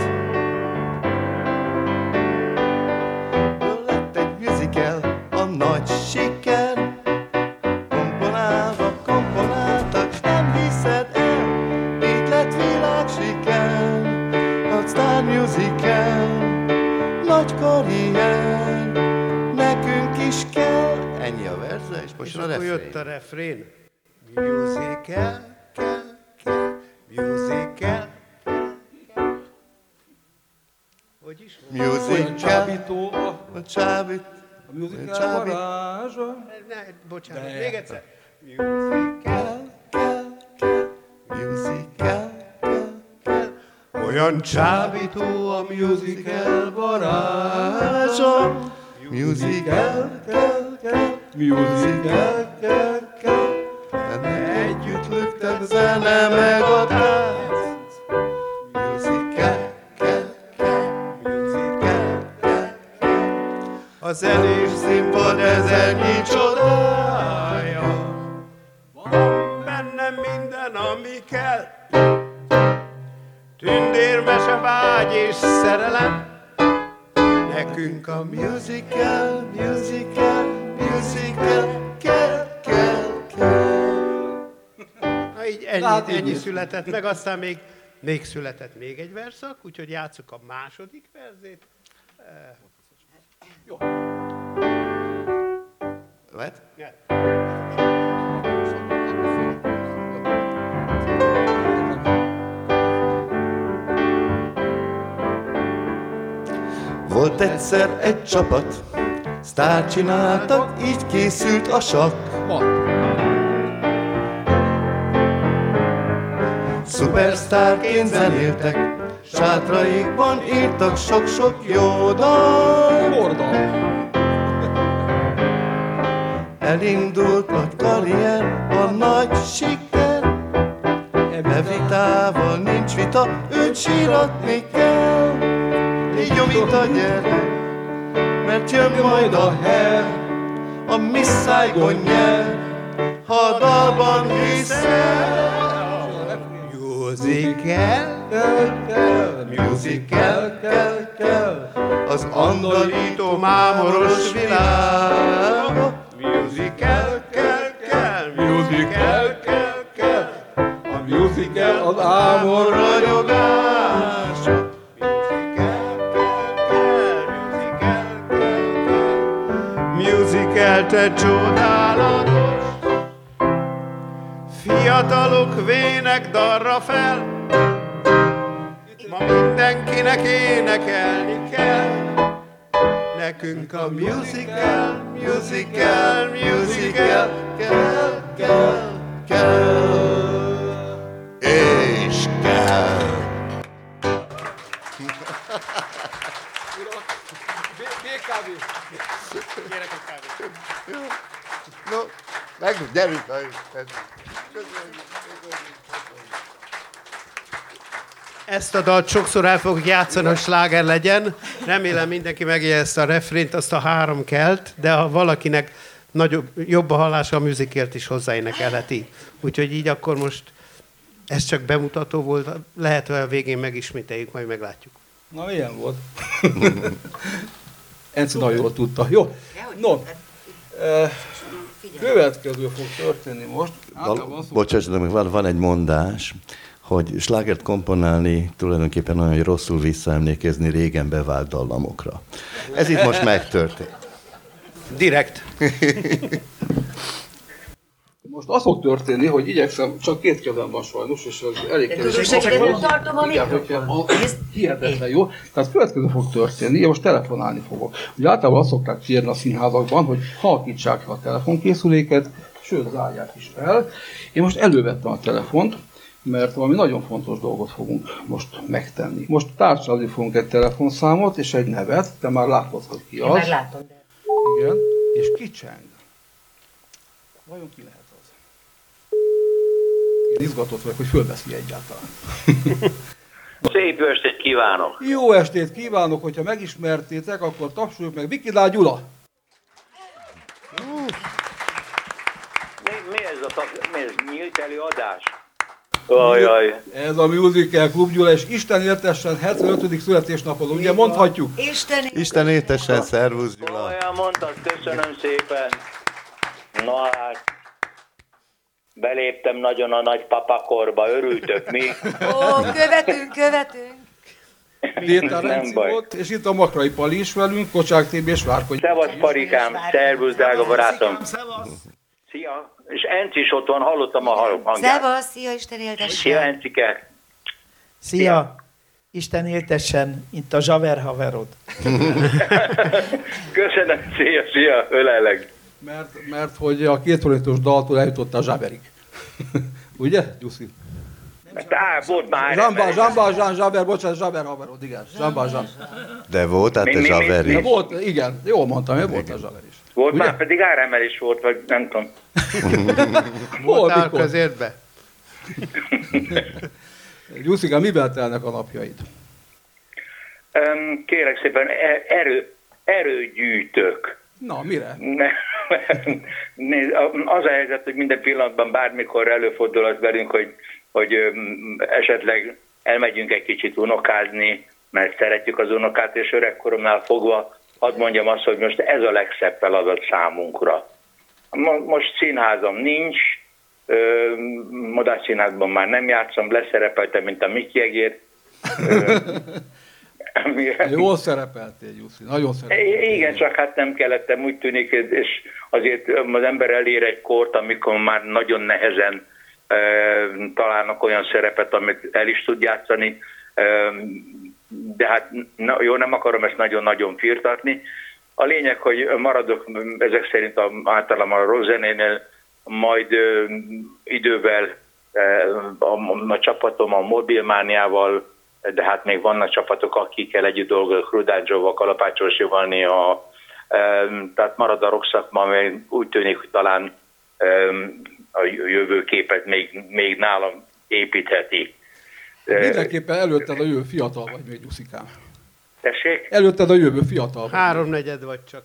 Lett egy musical, a nagy siker. Komponálva, komponáltak, s nem hiszed el, így lett világsiker. A Star Musical, nagy karrier, nekünk is kell. Ennyi a verze, és most És a akkor refrén. jött a refrén. Musical, kell, kell, musical, kell. Hogy is van? Musical, Csábító a, a csábít, a musical Csábít. varázsa. Ne, bocsánat, De. még egyszer. Musical, kell, kell, kell, musical, kell, kell. olyan csábító a musical varázsa. Musical, kell, kell, musical, kell, kell. Együtt löktek zene meg a tánc. Musical, kell, kell, musical, kell, kell. A zenés Színpad ezernyi csodája. van bennem minden, ami kell. Tündérmese, vágy és szerelem. Nekünk a Musical, musical, musical, kell, kell, kell. Na így ennyi, Hát, ennyi így. született meg, aztán még, még született még egy verszak, úgyhogy játsszuk a második verzét. Lehet? Volt egyszer egy csapat, sztár csináltak, így készült a sakk. Szupersztárként zenéltek, sátraikban írtak sok-sok jó dal. Bordal. Elindult a karrier, a nagy siker. E vitával nincs vita, őt síratni kell. Így jó, mint a gyerek, mert jön majd a her. A Miss Saigon nyer, ha a dalban hiszel. Musical, Musical, kell, kell, az andalító mámoros világ. musical, kell, kell, musical, kell, kell. A musical az álmon ragyogás. Musical, te csodálatos. Fiatalok vének darra fel. Ma mindenkinek énekelni kell. Nekünk a musical, musical, musical, kell, kell, kell, és kell. bé ká vé. Kérek egy kávét. No, meg, gyerünk, gyerünk. Ezt a dalt sokszor el fogok játszani, hogy sláger legyen. Remélem mindenki megjegyezte a refrént, azt a három kelt, de ha valakinek nagyobb, jobb a hallása, a műzikért is hozzáénekelheti. Úgyhogy így akkor most ez csak bemutató volt, lehet, hogy a végén megismételjük, majd meglátjuk. Na, milyen volt? Enci nagyon jól tudta. Jó. No, eh, következő fog történni most. Általában szó- Bocsáss, de még van, van egy mondás, hogy slágert komponálni tulajdonképpen olyan, hogy rosszul visszaemlékezni régen bevált dallamokra. Ez itt most megtörtént. Direkt. Most az fog történni, hogy igyekszem, csak két kezem van sajnos, és ez elég kevés. Segíteni tartom a Igen, hogyha a- hihetetlen jó. Tehát következő fog történni, én most telefonálni fogok. Ugye általában azt szokták kérni a színházakban, hogy halkítsák fel a telefonkészüléket, sőt, zárják is fel. Én most elővettem a telefont, mert valami nagyon fontos dolgot fogunk most megtenni. Most tárcsázni fogunk egy telefonszámot és egy nevet, te már látod, hogy ki az. Én már látom, de... Igen, és kicseng. Vajon ki lehet az? Én izgatott vagyok, hogy fölveszi egyáltalán. Szép estét kívánok! Jó estét kívánok, hogyha megismertétek, akkor tapsoljuk meg Vikidál Gyula. Mi, mi ez a tap, mi ez? Nyílt előadás? Ajaj. Ez a Musical Club Gyula, és Isten éltessen hetvenötödik születésnapod, ugye mondhatjuk? Isten, Isten éltessen, szervusz Gyula! Olyan mondtad, köszönöm szépen. Na hát, beléptem nagyon a nagypapakorba, örültök mi? Ó, követünk, követünk. Détár Nem Renci baj. volt, és itt a Makrai Pali is velünk, Kocsák Tibi és Várkonyi. Szevasz Parikám, szervusz drága barátom. Szia, és Enci is ott van, hallottam a hangját. Szevasz, szia, Isten éltessen. Szia Encike. Szia! Isten éltessen, itt a Zsaver haverod. Köszönöm, szia, szia, ölelek. Mert, mert hogy a két forintos daltól eljutott a Zsáverig. Ugye, Gyuszi? Á, volt már. Zsamba, Zsamba, Zsán, Zsáver, bocsánat, Zsáver haverod, igen. Zsamba, Zsán. De volt, hát Mi, a mi, mi, Zsaver mi? De is. volt, igen, jól mondtam, hogy volt a Zsáver is. Volt Ugye? már, pedig áremelés volt, vagy nem tudom. Hol, Voltál mikor? közértbe? Gyuszika, mivel telnek a napjaid? Öm, Kérlek szépen, e- erő, erőgyűjtök. Na, mire? Ne, nézd, az a helyzet, hogy minden pillanatban bármikor előfordul az velünk, hogy, hogy öm, esetleg elmegyünk egy kicsit unokázni, mert szeretjük az unokát, és öregkoromnál fogva hadd mondjam azt, hogy most ez a legszebb feladat számunkra. Mo- most színházam nincs, Modás Színházban már nem játszom, leszerepeltem, mint a Miki Egér. Jól szerepeltél, Jussi, nagyon szerepeltél. Igen, csak hát nem kellettem, úgy tűnik, és azért az ember elér egy kort, amikor már nagyon nehezen e, találnak olyan szerepet, amit el is tud játszani, e, de hát na, jó, nem akarom ezt nagyon-nagyon firtatni. A lényeg, hogy maradok ezek szerint a, általában a rossz zenénél, majd ö, idővel ö, a, a csapatom a Mobilmániával, de hát még vannak csapatok, akikkel együtt dolgozok, Rudán Zsóval, Kalapácsos Giovanni, a, ö, tehát marad a rock szakma, mert úgy tűnik, hogy talán ö, a jövőképet még, még nálam építheti. Mindenképpen előtted a jövő fiatal vagy még, Jusszikám. Tessék? Előtted a jövő fiatal vagy. Háromnegyed vagy csak.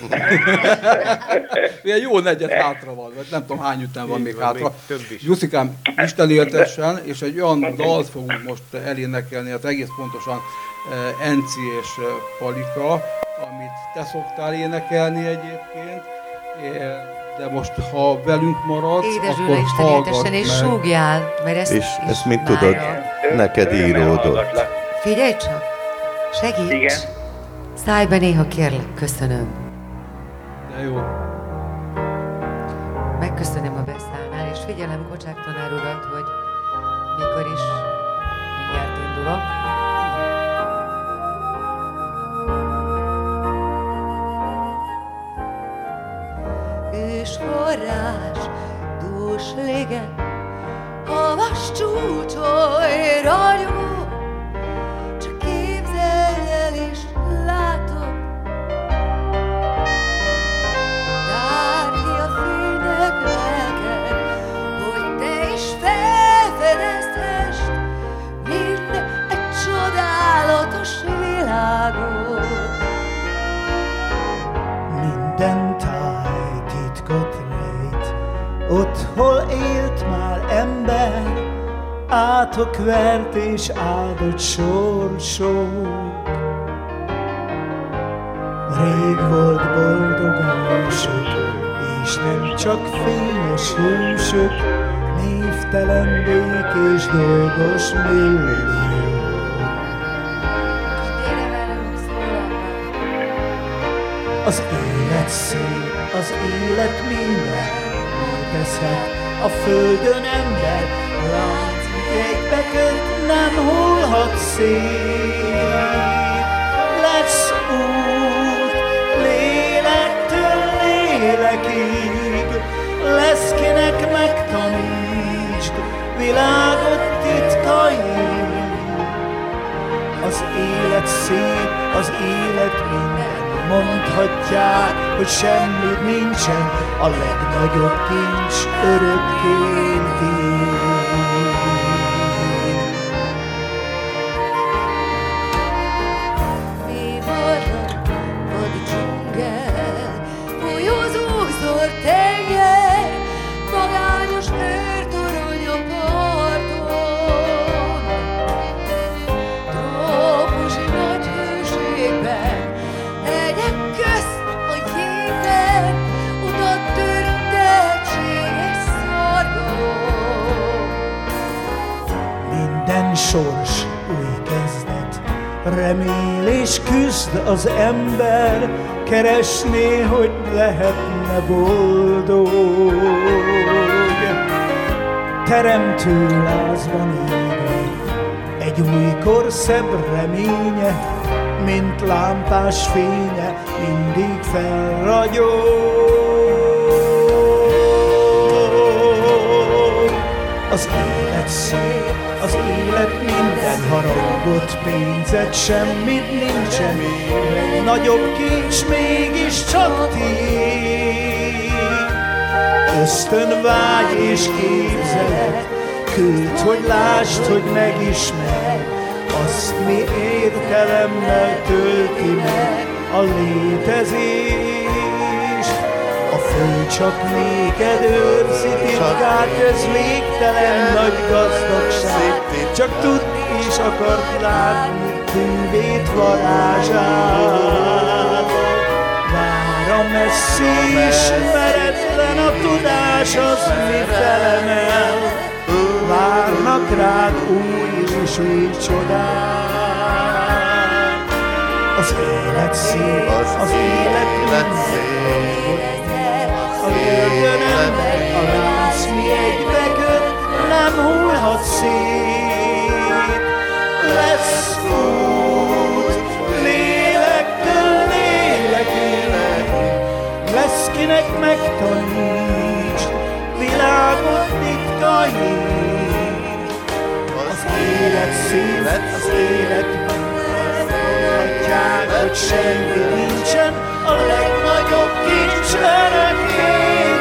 Ilyen jó negyed hátra van, vagy nem tudom hány ütem van Így még van, hátra. még több is. Jusszikám, Isten éltessen, és egy olyan dalt fogunk most elénekelni, hát egész pontosan eh, Enci és eh, Palika, amit te szoktál énekelni egyébként, eh, de most ha velünk maradsz, Édes akkor Gyula, Isten hallgass éltessen, és meg. súgjál, mert ezt És is ezt mind már tudod, a- neked íródott. Hallgatlak. Figyelj csak, segíts! Igen. Szállj be néha, kérlek, köszönöm. De jó. Megköszönöm, a beszállnál, és figyelem Kocsák tanár urat, hogy mikor is mindjárt indulok. Ős forrás, dús lége, havas csúcsoly, ragyogó, csak képzeld el és látod, tár ki a fénynek lelked, hogy te is felfedezhest mind egy csodálatos világot. Minden táj titkot rejt, ott hol élt már ember, átok vert és áldott sorsok. Rég volt boldog ősök, és nem csak fényes hősök, névtelen békés dolgos milliók. Gyere velünk, szólal már. Az élet szép, az élet minden, mit teszhet a földön ember, lát, jegybe köt, nem hullhat szét. Lesz út, lélektől lélekig, lesz kinek megtanítsd, világot titkai. Az élet szép, az élet minden, mondhatják, hogy semmit nincsen, a legnagyobb kincs örökké tiéd. Mi barlang, vad dzsungel, folyózó zord tenger, magányos őrtorony a parton. Trópusi nagy hőségben, hegyek közt a jégben, utat tör tehetséges szarvon. Minden sors új kezdet, remél és küzd az ember, keresné, hogy lehetne boldog. Teremtő lázban égve, egy újkor szebb reménye, mint lámpás fénye, mindig felragyog. Az élet szép, az élet minden haragot, pénzet, semmit nincsen, nagyobb kincs mégis csak tiéd. Ösztön, vágy és képzelet, küld, hogy lásd, hogy megismerd, azt mi értelemmel tölti meg a létezés. A föld csak néked őrzi titkát, ez végtelen nagy gazdagság, csak tudni is akart látni bűvét varázsát. Vár a messzi ismeretlen, a tudás az mi felemel, várnak rád új és új csodák. Az élet szép, az élet minden, a jöjjön ember, a lánc mi egybe köt, nem hullhat szét. Lesz út, lélektől lélekig, lesz kinek megtanítsd világot titkai. Az élet szép, az élet mondhatják, hogy semmi nincsen, a legnagyobb kincs örökké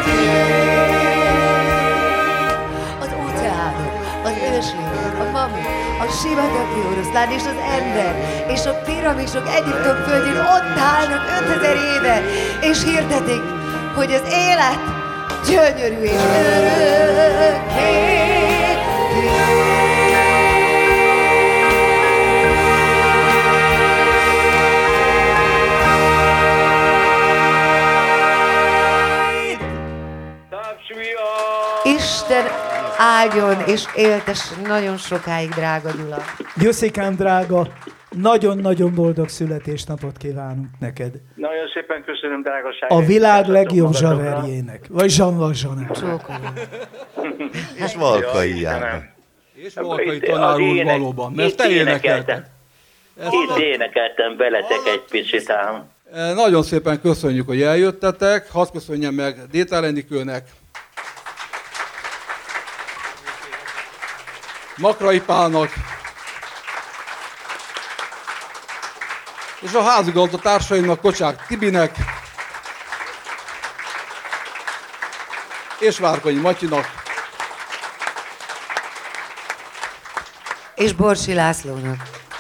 tiéd. Az óceánok, az őslények, a mamut, a sivatagi oroszlán és az ember, és a piramisok Egyiptom földjén ott állnak ötezer éve, és hirdetik, hogy az élet gyönyörű és örökké tiéd. Isten áldjon és éltes nagyon sokáig, drága Gyula. Gyuszikám drága, nagyon-nagyon boldog születésnapot kívánunk neked. Nagyon szépen köszönöm, drágaságát. A világ legjobb zsaverjének. Vagy Jean Valjean. Csókolom. És Valkai János. És Valkai tanár úr valóban, mert te énekelted. Itt énekeltem veletek egy picit ám. Nagyon szépen köszönjük, hogy eljöttetek. Hadd köszönjem meg Détár Enikőnek, Makrai Pálnak, és a házigazda társaimnak, Kocsák Tibinek, és Várkonyi Matyinak, és Borsi Lászlónak.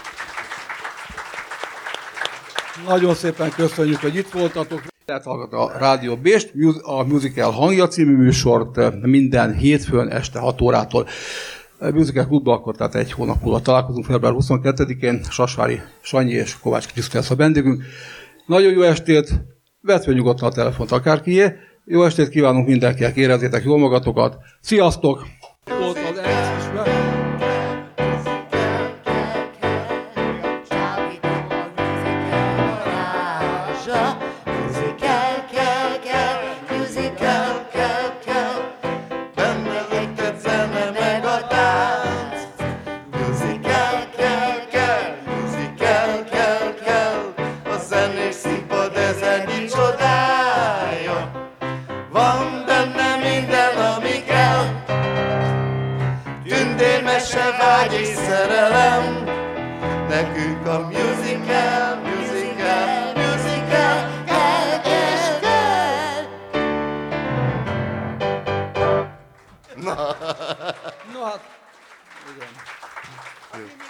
Nagyon szépen köszönjük, hogy itt voltatok. Lehet hallgatni a Rádió Bést, a Musical Hangja című műsort minden hétfőn este hat órától. A Musical Klubban akkor tehát egy hónap múlva találkozunk, február huszonkettedikén. Sasvári Sanyi és Kovács Krisztus lesz a vendégünk. Nagyon jó estét, vedd fel nyugodtan a telefont akárkié. Jó estét kívánunk mindenkinek, érezzétek jól magatokat. Sziasztok! Volt az Van benne minden, ami kell. No hát, igen.